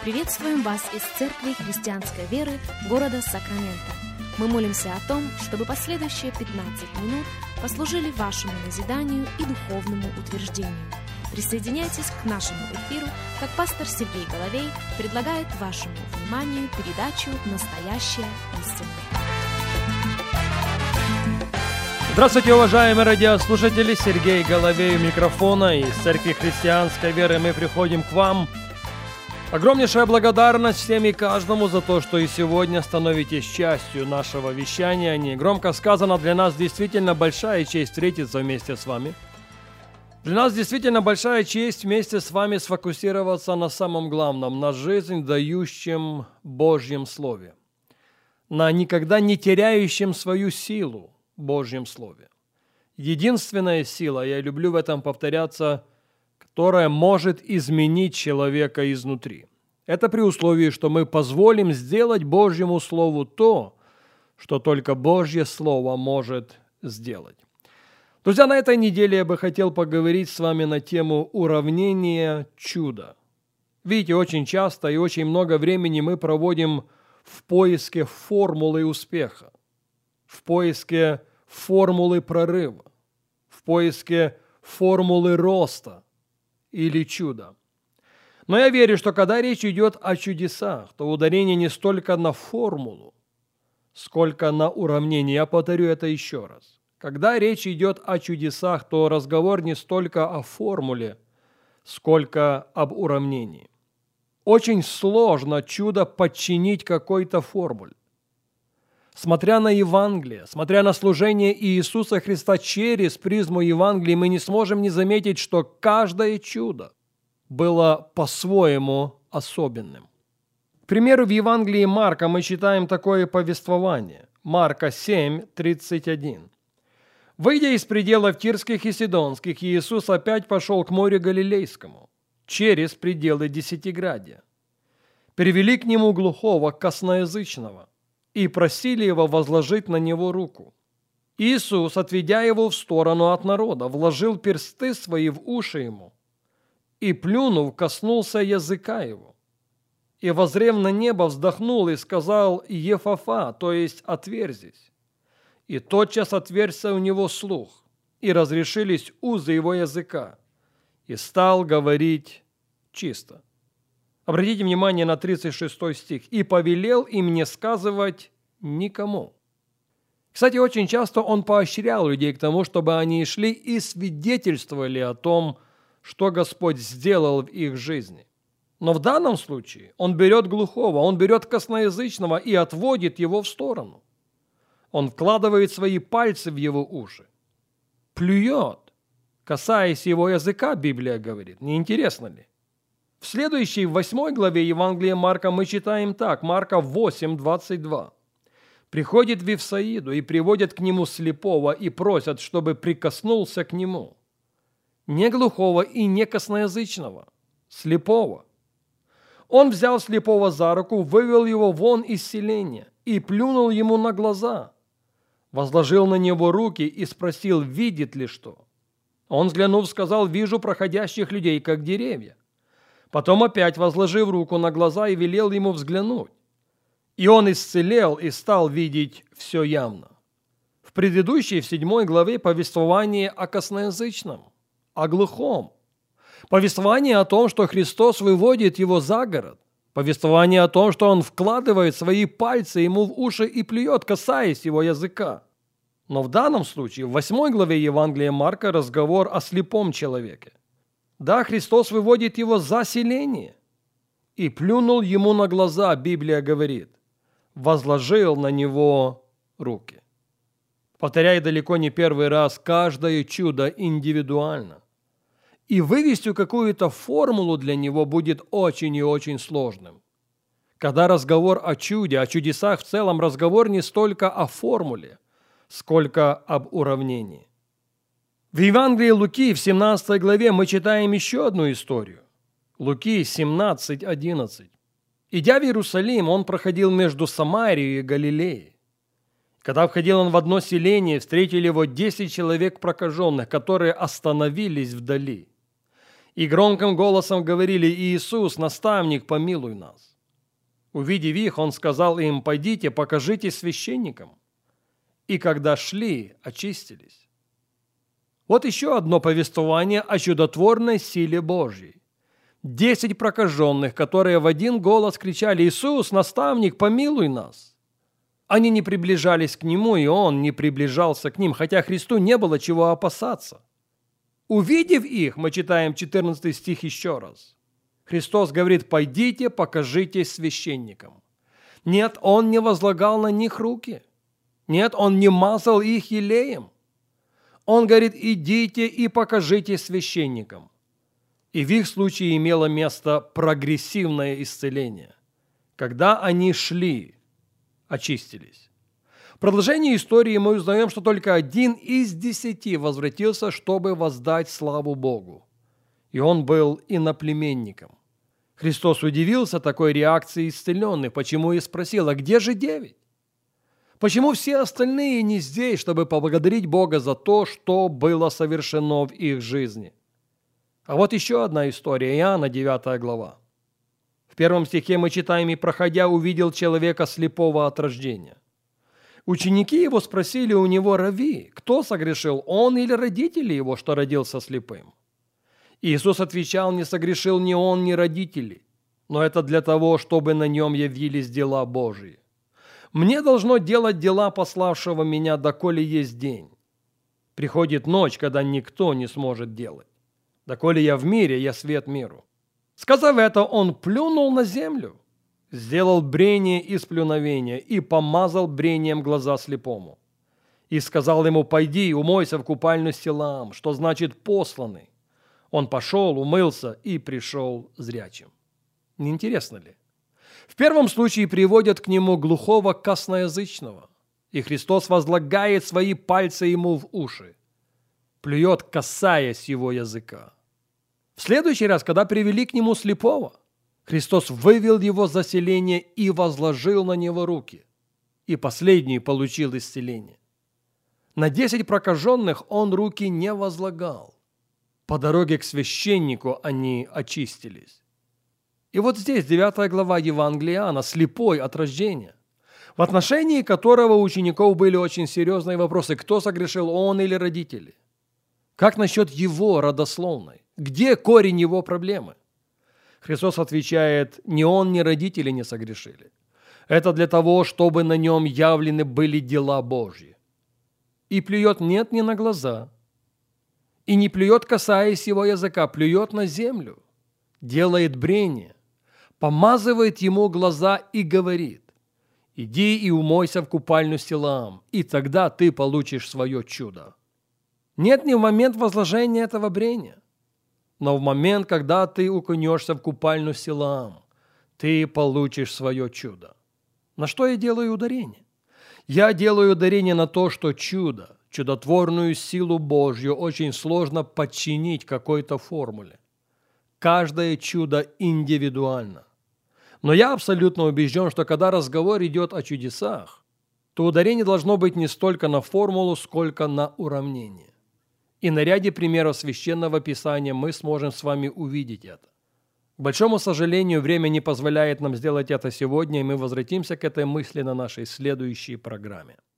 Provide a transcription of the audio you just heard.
Приветствуем вас из Церкви Христианской Веры города Сакраменто. Мы молимся о том, чтобы последующие 15 минут послужили вашему назиданию и духовному утверждению. Присоединяйтесь к нашему эфиру, как пастор Сергей Головей предлагает вашему вниманию передачу «Настоящая истина». Здравствуйте, уважаемые радиослушатели! Сергей Головей у микрофона. Из Церкви Христианской Веры мы приходим к вам. Огромнейшая благодарность всем и каждому за то, что и сегодня становитесь частью нашего вещания. Негромко сказано, для нас действительно большая честь встретиться вместе с вами. Для нас действительно большая честь вместе с вами сфокусироваться на самом главном, на жизнь дающем Божьем Слове, на никогда не теряющем свою силу Божьем Слове. Единственная сила, я люблю в этом повторяться, которая может изменить человека изнутри. Это при условии, что мы позволим сделать Божьему Слову то, что только Божье Слово может сделать. Друзья, на этой неделе я бы хотел поговорить с вами на тему уравнения чуда. Видите, очень часто и очень много времени мы проводим в поиске формулы успеха, в поиске формулы прорыва, в поиске формулы роста или чуда. Но я верю, что когда речь идет о чудесах, то ударение не столько на формулу, сколько на уравнение. Я повторю это еще раз. Когда речь идет о чудесах, то разговор не столько о формуле, сколько об уравнении. Очень сложно чудо подчинить какой-то формуле. Смотря на Евангелие, смотря на служение Иисуса Христа через призму Евангелия, мы не сможем не заметить, что каждое чудо было по-своему особенным. К примеру, в Евангелии Марка мы читаем такое повествование. Марка 7:31. «Выйдя из пределов Тирских и Сидонских, Иисус опять пошел к морю Галилейскому, через пределы Десятиградья. Привели к нему глухого, косноязычного, и просили его возложить на него руку. Иисус, отведя его в сторону от народа, вложил персты свои в уши ему, и, плюнув, коснулся языка его. И, воззрев на небо, вздохнул и сказал: Ефафа, то есть отверзись. И тотчас отверзся у него слух, и разрешились узы его языка, и стал говорить чисто». Обратите внимание на 36 стих. «И повелел им не сказывать никому». Кстати, очень часто он поощрял людей к тому, чтобы они шли и свидетельствовали о том, что Господь сделал в их жизни. Но в данном случае он берет глухого, он берет косноязычного и отводит его в сторону. Он вкладывает свои пальцы в его уши, плюет, касаясь его языка, Библия говорит. Не интересно ли? В следующей, 8 главе Евангелия Марка мы читаем так, Марка 8:22. «Приходит в Вифсаиду и приводят к нему слепого и просят, чтобы прикоснулся к нему». Не глухого и не косноязычного, слепого. Он взял слепого за руку, вывел его вон из селения и плюнул ему на глаза, возложил на него руки и спросил, видит ли что. Он, взглянув, сказал: «Вижу проходящих людей, как деревья». Потом опять, возложив руку на глаза, и велел ему взглянуть. И он исцелел и стал видеть все явно. В предыдущей, в 7 главе, повествование о косноязычном, о глухом. Повествование о том, что Христос выводит его за город. Повествование о том, что он вкладывает свои пальцы ему в уши и плюет, касаясь его языка. Но в данном случае, в 8 главе Евангелия Марка, разговор о слепом человеке. Да, Христос выводит его за селение и плюнул ему на глаза, Библия говорит, возложил на него руки. Повторяю далеко не первый раз, каждое чудо индивидуально. И вывести какую-то формулу для него будет очень и очень сложным. Когда разговор о чуде, о чудесах в целом, разговор не столько о формуле, сколько об уравнении. В Евангелии Луки в 17 главе мы читаем еще одну историю. Луки 17:11. «Идя в Иерусалим, он проходил между Самарией и Галилеей. Когда входил он в одно селение, встретили его 10 человек прокаженных, которые остановились вдали. и громким голосом говорили: «Иисус, наставник, помилуй нас». Увидев их, он сказал им: «Пойдите, покажитесь священникам». И когда шли, очистились. Вот еще одно повествование о чудотворной силе Божьей. 10 прокаженных, которые в один голос кричали: «Иисус, наставник, помилуй нас». Они не приближались к Нему, и Он не приближался к ним, хотя Христу не было чего опасаться. Увидев их, мы читаем 14 стих еще раз. Христос говорит: «Пойдите, покажитесь священникам». Нет, Он не возлагал на них руки. Нет, Он не мазал их елеем. Он говорит: «Идите и покажитесь священникам». И в их случае имело место прогрессивное исцеление. Когда они шли, очистились. В продолжении истории мы узнаем, что только 1 из 10 возвратился, чтобы воздать славу Богу. И он был иноплеменником. Христос удивился такой реакции исцеленных, почему и спросил: «А где же 9? Почему все остальные не здесь, чтобы поблагодарить Бога за то, что было совершено в их жизни?» А вот еще одна история, Иоанна, 9 глава. В 1 стихе мы читаем: «И, проходя, увидел человека слепого от рождения. Ученики его спросили у него: Рави, кто согрешил, он или родители его, что родился слепым?» Иисус отвечал: «Не согрешил ни он, ни родители, но это для того, чтобы на нем явились дела Божии. Мне должно делать дела пославшего меня, доколе есть день. Приходит ночь, когда никто не сможет делать. Доколе я в мире, я свет миру». Сказав это, он плюнул на землю, сделал брение из плюновения и помазал брением глаза слепому. И сказал ему: «Пойди, умойся в купальню Силаам», что значит «посланный». Он пошел, умылся и пришел зрячим. Не интересно ли? В первом случае приводят к нему глухого косноязычного, и Христос возлагает свои пальцы ему в уши, плюет, касаясь его языка. В следующий раз, когда привели к нему слепого, Христос вывел его за селение и возложил на него руки, и последний получил исцеление. На 10 прокаженных он руки не возлагал. По дороге к священнику они очистились. И вот здесь 9 глава Евангелия Иоанна, слепой от рождения, в отношении которого у учеников были очень серьезные вопросы: кто согрешил, он или родители? Как насчет его родословной? Где корень его проблемы? Христос отвечает: ни он, ни родители не согрешили. Это для того, чтобы на нем явлены были дела Божьи. И плюет нет не на глаза, и не плюет, касаясь его языка, плюет на землю, делает брение, помазывает ему глаза и говорит: «Иди и умойся в купальню Силаам, и тогда ты получишь свое чудо». Нет, не в момент возложения этого брения, но в момент, когда ты окунешься в купальню Силаам, ты получишь свое чудо. На что я делаю ударение? Я делаю ударение на то, что чудо, чудотворную силу Божью очень сложно подчинить какой-то формуле. Каждое чудо индивидуально. Но я абсолютно убежден, что когда разговор идет о чудесах, то ударение должно быть не столько на формулу, сколько на уравнение. И на ряде примеров Священного Писания мы сможем с вами увидеть это. К большому сожалению, время не позволяет нам сделать это сегодня, и мы возвратимся к этой мысли на нашей следующей программе.